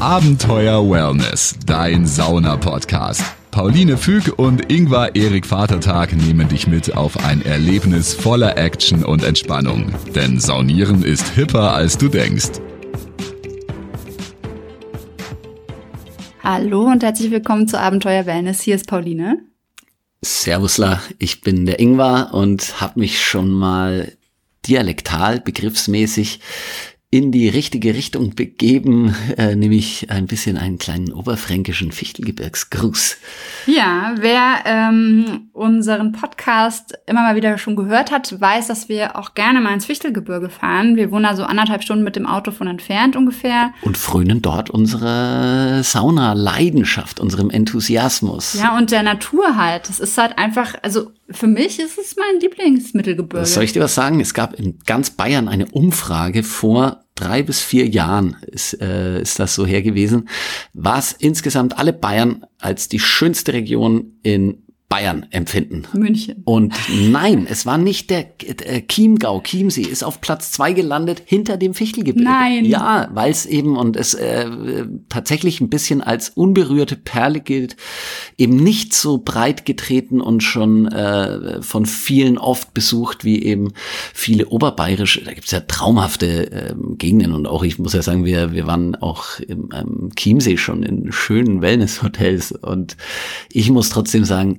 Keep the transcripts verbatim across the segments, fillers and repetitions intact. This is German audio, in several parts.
Abenteuer Wellness, dein Sauna-Podcast. Pauline Füg und Ingvar Erik Vatertag nehmen dich mit auf ein Erlebnis voller Action und Entspannung. Denn Saunieren ist hipper, als du denkst. Hallo und herzlich willkommen zu Abenteuer Wellness. Hier ist Pauline. Servusla, ich bin der Ingvar und habe mich schon mal dialektal, begriffsmäßig in die richtige Richtung begeben, äh, nämlich ein bisschen einen kleinen oberfränkischen Fichtelgebirgsgruß. Ja, wer ähm, unseren Podcast immer mal wieder schon gehört hat, weiß, dass wir auch gerne mal ins Fichtelgebirge fahren. Wir wohnen also anderthalb Stunden mit dem Auto von entfernt ungefähr. Und frönen dort unserer Sauna-Leidenschaft, unserem Enthusiasmus. Ja, und der Natur halt. Das ist halt einfach, also für mich ist es mein Lieblingsmittelgebirge. Soll ich dir was sagen? Es gab in ganz Bayern eine Umfrage vor drei bis vier Jahren ist, äh, ist das so her gewesen, was insgesamt alle Bayern als die schönste Region in Bayern empfinden. München. Und nein, es war nicht der äh, Chiemgau. Chiemsee ist auf Platz zwei gelandet hinter dem Fichtelgebirge. Nein. Ja, weil es eben und es äh, tatsächlich ein bisschen als unberührte Perle gilt, eben nicht so breit getreten und schon äh, von vielen oft besucht wie eben viele oberbayerische. Da gibt's ja traumhafte äh, Gegenden und auch ich muss ja sagen, wir wir waren auch im ähm, Chiemsee schon in schönen Wellnesshotels und ich muss trotzdem sagen,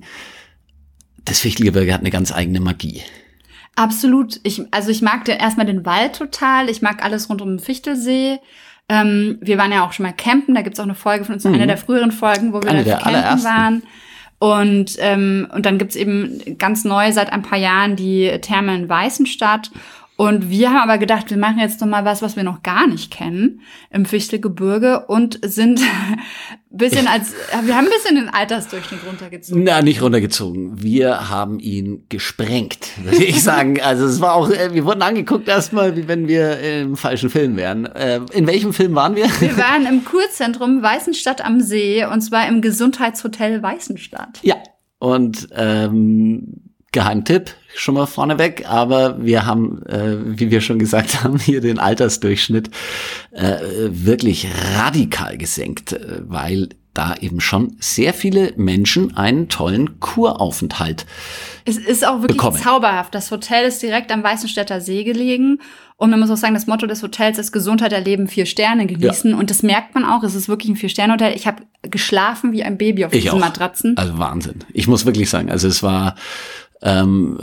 das Fichtelgebirge hat eine ganz eigene Magie. Absolut. Ich, also ich mag den, erstmal den Wald total. Ich mag alles rund um den Fichtelsee. Ähm, wir waren ja auch schon mal campen. Da gibt's auch eine Folge von uns, mhm. eine der früheren Folgen, wo wir eine da campen waren. Und ähm, und dann gibt's eben ganz neu seit ein paar Jahren die Therme in Weißenstadt. Und wir haben aber gedacht, wir machen jetzt noch mal was, was wir noch gar nicht kennen im Fichtelgebirge und sind ein bisschen als, wir haben ein bisschen den Altersdurchschnitt runtergezogen. Na, nicht runtergezogen. Wir haben ihn gesprengt, würde ich sagen. Also es war auch, wir wurden angeguckt erstmal, wie wenn wir im falschen Film wären. In welchem Film waren wir? Wir waren im Kurzentrum Weißenstadt am See und zwar im Gesundheitshotel Weißenstadt. Ja, und ähm, Geheimtipp, schon mal vorneweg, aber wir haben, äh, wie wir schon gesagt haben, hier den Altersdurchschnitt äh, wirklich radikal gesenkt, äh, weil da eben schon sehr viele Menschen einen tollen Kuraufenthalt Es ist auch wirklich bekommen. Zauberhaft. Das Hotel ist direkt am Weißenstädter See gelegen. Und man muss auch sagen, das Motto des Hotels ist Gesundheit erleben, vier Sterne genießen. Ja. Und das merkt man auch. Es ist wirklich ein Vier-Sterne-Hotel. Ich habe geschlafen wie ein Baby auf ich diesen auch. Matratzen. Also Wahnsinn. Ich muss wirklich sagen, also es war ähm,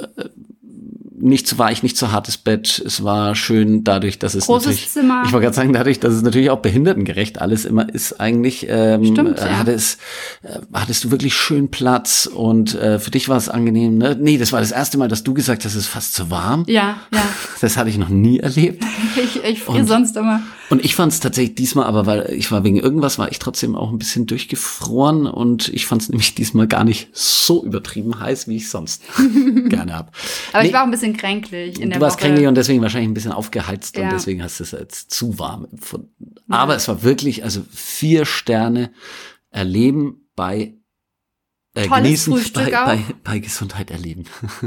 nicht zu weich, nicht zu hartes Bett. Es war schön dadurch, dass es großes natürlich, Zimmer. Ich wollte gerade sagen, dadurch, dass es natürlich auch behindertengerecht alles immer ist, eigentlich ähm, Stimmt, äh, ja. hatte es, äh, hattest du wirklich schön Platz und äh, für dich war es angenehm. Ne? Nee, das war das erste Mal, dass du gesagt hast, es ist fast zu warm. Ja, ja. Das hatte ich noch nie erlebt. Ich, ich friere sonst immer. Und ich fand es tatsächlich diesmal, aber weil ich war wegen irgendwas, war ich trotzdem auch ein bisschen durchgefroren und ich fand es nämlich diesmal gar nicht so übertrieben heiß, wie ich sonst gerne habe. Aber nee, ich war auch ein bisschen kränklich in der Du warst Woche. kränklich und deswegen wahrscheinlich ein bisschen aufgeheizt Ja. und deswegen hast du es als zu warm empfunden. Ja. Aber es war wirklich, also vier Sterne erleben bei Äh, tolles genießen, Frühstück bei, auch. bei, bei Gesundheit erleben.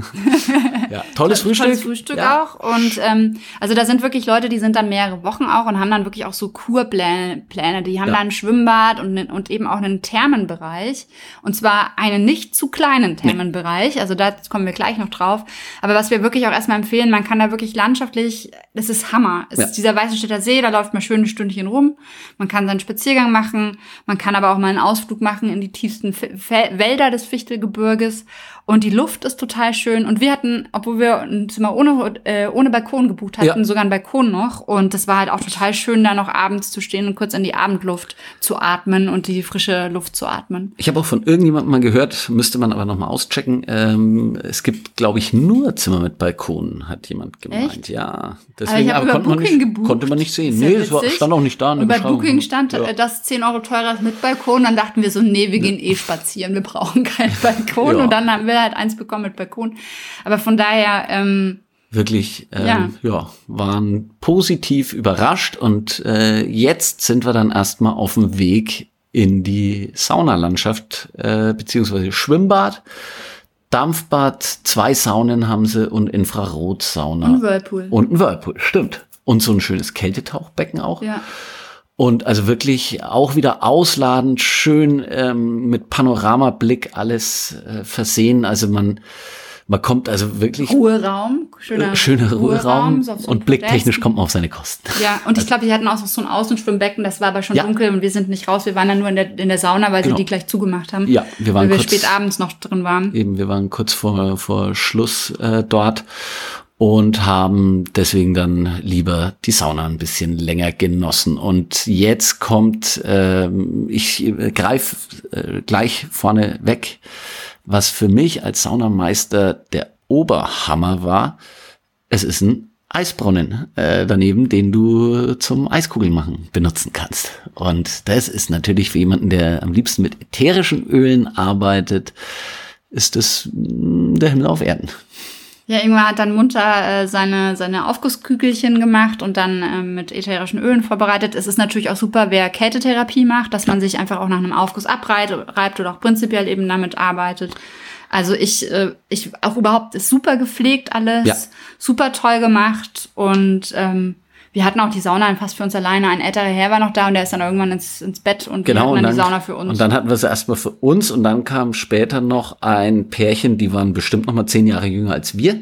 ja, tolles Frühstück. Tolles Frühstück ja. auch. Und ähm, also da sind wirklich Leute, die sind dann mehrere Wochen auch und haben dann wirklich auch so Kurpläne. Pläne. Die haben Ja. da ein Schwimmbad und, und eben auch einen Thermenbereich. Und zwar einen nicht zu kleinen Thermenbereich. Nee. Also da kommen wir gleich noch drauf. Aber was wir wirklich auch erstmal empfehlen, man kann da wirklich landschaftlich, das ist Hammer. Es Ja. ist dieser Weißenstädter See, da läuft man schön ein Stündchen rum. Man kann seinen Spaziergang machen. Man kann aber auch mal einen Ausflug machen in die tiefsten F- F- Wälder des Fichtelgebirges. Und die Luft ist total schön. Und wir hatten, obwohl wir ein Zimmer ohne, äh, ohne Balkon gebucht hatten, Ja. sogar einen Balkon noch. Und das war halt auch total schön, da noch abends zu stehen und kurz in die Abendluft zu atmen und die frische Luft zu atmen. Ich habe auch von irgendjemandem mal gehört, müsste man aber noch mal auschecken. Ähm, es gibt, glaube ich, nur Zimmer mit Balkonen, hat jemand gemeint. Echt? Ja, Aber deswegen ich hab aber über konnte man Booking nicht, gebucht. konnte man nicht sehen. Ist ja Nee, das war, witzig. stand auch nicht da in der Und bei Beschreibung. Booking stand Ja. äh, das zehn Euro teurer mit Balkon. Dann dachten wir so, nee, wir gehen eh spazieren. Wir brauchen keinen Balkon. Ja. Und dann haben wir halt eins bekommen mit Balkon. Aber von daher, ähm, Wirklich, ähm, Ja. ja. waren positiv überrascht und äh, jetzt sind wir dann erstmal auf dem Weg in die Saunalandschaft, äh, beziehungsweise Schwimmbad, Dampfbad, zwei Saunen haben sie und Infrarotsauna. ein Whirlpool. Und ein Whirlpool, stimmt. Und so ein schönes Kältetauchbecken auch. Ja. Und also wirklich auch wieder ausladend, schön ähm, mit Panoramablick alles äh, versehen. Also man man kommt also wirklich Ruheraum, schöner, äh, schöner Ruheraum, Ruheraum so und blicktechnisch kommt man auf seine Kosten. Ja, und ich glaube, die hatten auch so ein Außenschwimmbecken, das war aber schon ja. dunkel und wir sind nicht raus. Wir waren dann nur in der in der Sauna, weil genau. sie die gleich zugemacht haben. Ja, wir waren weil wir kurz, spät abends noch drin waren. Eben, wir waren kurz vor vor Schluss äh, dort. Und haben deswegen dann lieber die Sauna ein bisschen länger genossen. Und jetzt kommt, äh, ich äh, greife äh, gleich vorne weg, was für mich als Saunameister der Oberhammer war. Es ist ein Eisbrunnen äh, daneben, den du zum Eiskugelmachen benutzen kannst. Und das ist natürlich für jemanden, der am liebsten mit ätherischen Ölen arbeitet, ist das mh, der Himmel auf Erden. Ja, Ingmar hat dann munter äh, seine seine Aufgusskügelchen gemacht und dann äh, mit ätherischen Ölen vorbereitet. Es ist natürlich auch super, wer Kältetherapie macht, dass man sich einfach auch nach einem Aufguss abreibt reibt oder auch prinzipiell eben damit arbeitet. Also ich, äh, ich auch überhaupt ist super gepflegt alles, ja. super toll gemacht und ähm, wir hatten auch die Sauna fast für uns alleine. Ein älterer Herr war noch da und der ist dann irgendwann ins, ins Bett und genau, wir hatten dann, dann die Sauna für uns. Und dann hatten wir sie erstmal für uns und dann kam später noch ein Pärchen, die waren bestimmt noch mal zehn Jahre jünger als wir.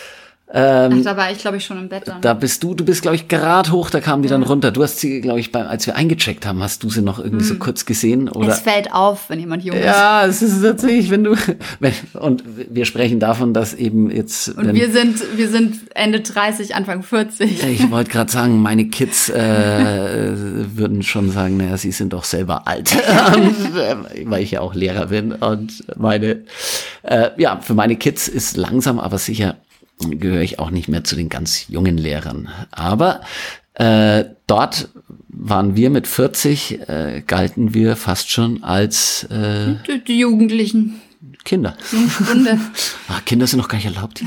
Ähm, Ach, da war ich, glaube ich, schon im Bett dann. Da bist du, du bist, glaube ich, gerade hoch, da kamen die dann runter. Du hast sie, glaube ich, beim, als wir eingecheckt haben, hast du sie noch irgendwie mm. so kurz gesehen, oder? Es fällt auf, wenn jemand jung ist. Ja, es ist tatsächlich, wenn du, wenn, und wir sprechen davon, dass eben jetzt. Und wenn, wir sind, wir sind Ende dreißig, Anfang vierzig. Ich wollte gerade sagen, meine Kids, äh, würden schon sagen, naja, sie sind doch selber alt. und, äh, weil ich ja auch Lehrer bin und meine, äh, ja, für meine Kids ist langsam, aber sicher, gehöre ich auch nicht mehr zu den ganz jungen Lehrern. Aber äh, dort waren wir mit vierzig, äh, galten wir fast schon als äh, die, die Jugendlichen. Kinder. Jungstunde. Ach, Kinder sind noch gar nicht erlaubt.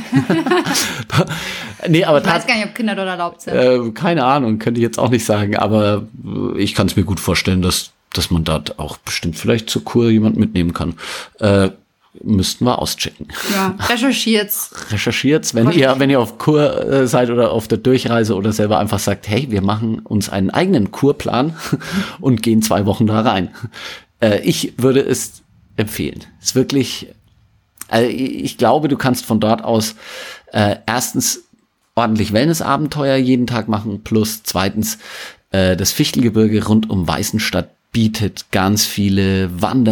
nee, aber ich weiß gar nicht, ob Kinder dort erlaubt sind. Äh, keine Ahnung, könnte ich jetzt auch nicht sagen. Aber ich kann es mir gut vorstellen, dass, dass man dort auch bestimmt vielleicht zur Kur jemand mitnehmen kann. Äh, Müssten wir auschecken. Ja, recherchiert's. Recherchiert's, wenn ihr, wenn ihr auf Kur äh, seid oder auf der Durchreise oder selber einfach sagt, hey, wir machen uns einen eigenen Kurplan und gehen zwei Wochen da rein. Äh, ich würde es empfehlen. Es ist wirklich, also ich glaube, du kannst von dort aus äh, erstens ordentlich Wellnessabenteuer jeden Tag machen, plus zweitens äh, das Fichtelgebirge rund um Weißenstadt bietet ganz viele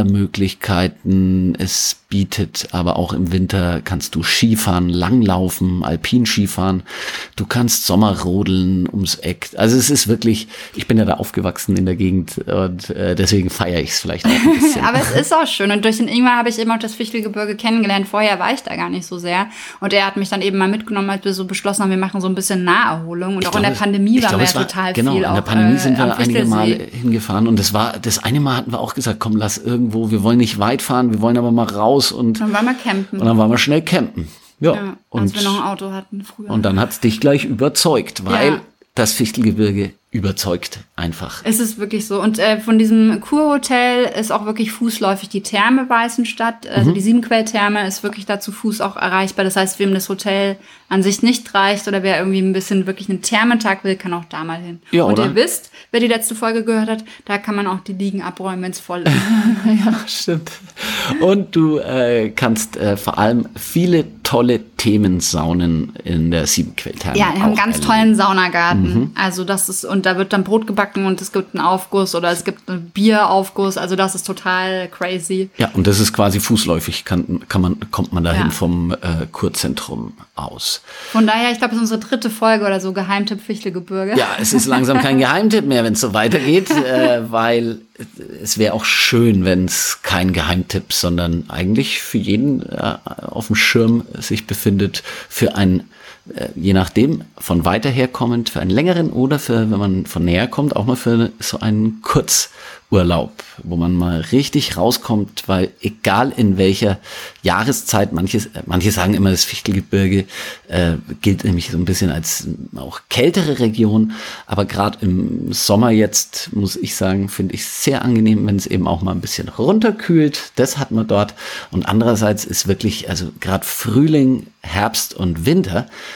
Wandermöglichkeiten. Es bietet aber auch im Winter kannst du Skifahren, Langlaufen, Alpinskifahren. Du kannst Sommerrodeln ums Eck. Also es ist wirklich, ich bin ja da aufgewachsen in der Gegend und äh, deswegen feiere ich es vielleicht auch ein bisschen. Aber es ist auch schön und durch den Ingmar habe ich eben auch das Fichtelgebirge kennengelernt. Vorher war ich da gar nicht so sehr und er hat mich dann eben mal mitgenommen, als wir so beschlossen haben, wir machen so ein bisschen Naherholung und ich auch glaube, in der Pandemie waren wir ja total genau, viel. Genau, in der auch, Pandemie äh, sind wir einige Male Fichtelsee. hingefahren und das war, das eine Mal hatten wir auch gesagt, komm, lass irgendwo, wir wollen nicht weit fahren, wir wollen aber mal raus und dann waren wir campen. Und dann waren wir schnell campen. Ja, ja und, als wir noch ein Auto hatten früher. Und dann hat's dich gleich überzeugt, weil ja. das Fichtelgebirge überzeugt einfach. Es ist wirklich so. Und äh, von diesem Kurhotel ist auch wirklich fußläufig die Therme Weißenstadt. Also mhm. die Siebenquell-Therme ist wirklich da zu Fuß auch erreichbar. Das heißt, wem das Hotel an sich nicht reicht oder wer irgendwie ein bisschen wirklich einen Thermentag will, kann auch da mal hin. Ja, und oder? Ihr wisst, wer die letzte Folge gehört hat, da kann man auch die Liegen abräumen, wenn es voll ist. Ja, stimmt. Und du äh, kannst äh, vor allem viele tolle Themensaunen in der Siebenquell-Therme. Ja, wir haben einen ganz erleben. tollen Saunagarten. Mhm. Also das ist, und da wird dann Brot gebacken und es gibt einen Aufguss oder es gibt einen Bieraufguss. Also das ist total crazy. Ja, und das ist quasi fußläufig, kann, kann man, kommt man dahin Ja. vom äh, Kurzentrum aus. Von daher, ich glaube, es ist unsere dritte Folge oder so, Geheimtipp Fichtelgebirge. Ja, es ist langsam kein Geheimtipp mehr, wenn es so weitergeht, äh, weil es wäre auch schön, wenn es kein Geheimtipp, sondern eigentlich für jeden äh, auf dem Schirm sich befindet, für ein, äh, je nachdem, von weiter her kommend, für einen längeren oder für, wenn man von näher kommt, auch mal für so einen Kurzurlaub, wo man mal richtig rauskommt, weil egal in welcher Jahreszeit, manche, manche sagen immer, das Fichtelgebirge äh, gilt nämlich so ein bisschen als auch kältere Region, aber gerade im Sommer jetzt, muss ich sagen, finde ich sehr angenehm, wenn es eben auch mal ein bisschen runterkühlt, das hat man dort und andererseits ist wirklich, also gerade Frühling, Herbst und Winter,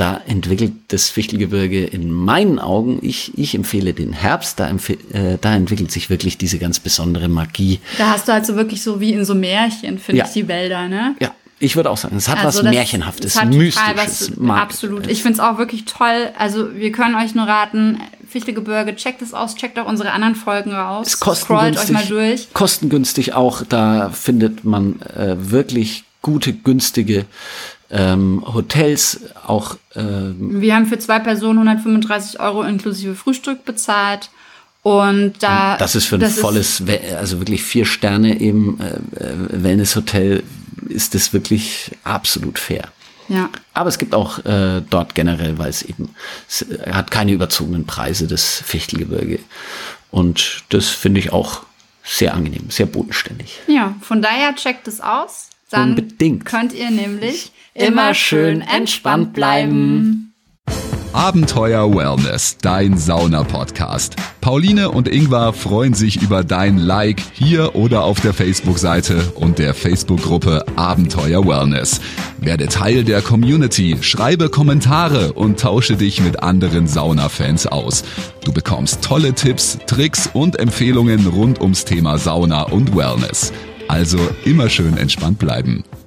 da entwickelt das Fichtelgebirge in meinen Augen, ich, ich empfehle den Herbst, da, empf- äh, da entwickelt sich wirklich diese ganz besondere Magie. Da hast du halt so wirklich so wie in so Märchen, finde Ja. ich, die Wälder, ne? Ja, ich würde auch sagen, es hat Also was das- Märchenhaftes, es hat total Mystisches. was, Mag- absolut. Ich finde es auch wirklich toll. Also wir können euch nur raten, Fichtelgebirge, checkt es aus, checkt auch unsere anderen Folgen raus. Ist Scrollt euch kostengünstig, mal durch. kostengünstig auch, da findet man äh, wirklich gute, günstige ähm, Hotels, auch ähm, Wir haben für zwei Personen hundertfünfunddreißig Euro inklusive Frühstück bezahlt. Und da. das ist für ein das volles, We- also wirklich vier Sterne eben äh, äh, Wellnesshotel, ist das wirklich absolut fair. Ja. Aber es gibt auch äh, dort generell, weil es eben, es hat keine überzogenen Preise, das Fichtelgebirge. Und das finde ich auch sehr angenehm, sehr bodenständig. Ja, von daher checkt es aus. Dann Unbedingt. könnt ihr nämlich Immer schön entspannt bleiben. Abenteuer Wellness, dein Sauna-Podcast. Pauline und Ingvar freuen sich über dein Like hier oder auf der Facebook-Seite und der Facebook-Gruppe Abenteuer Wellness. Werde Teil der Community, schreibe Kommentare und tausche dich mit anderen Sauna-Fans aus. Du bekommst tolle Tipps, Tricks und Empfehlungen rund ums Thema Sauna und Wellness. Also immer schön entspannt bleiben.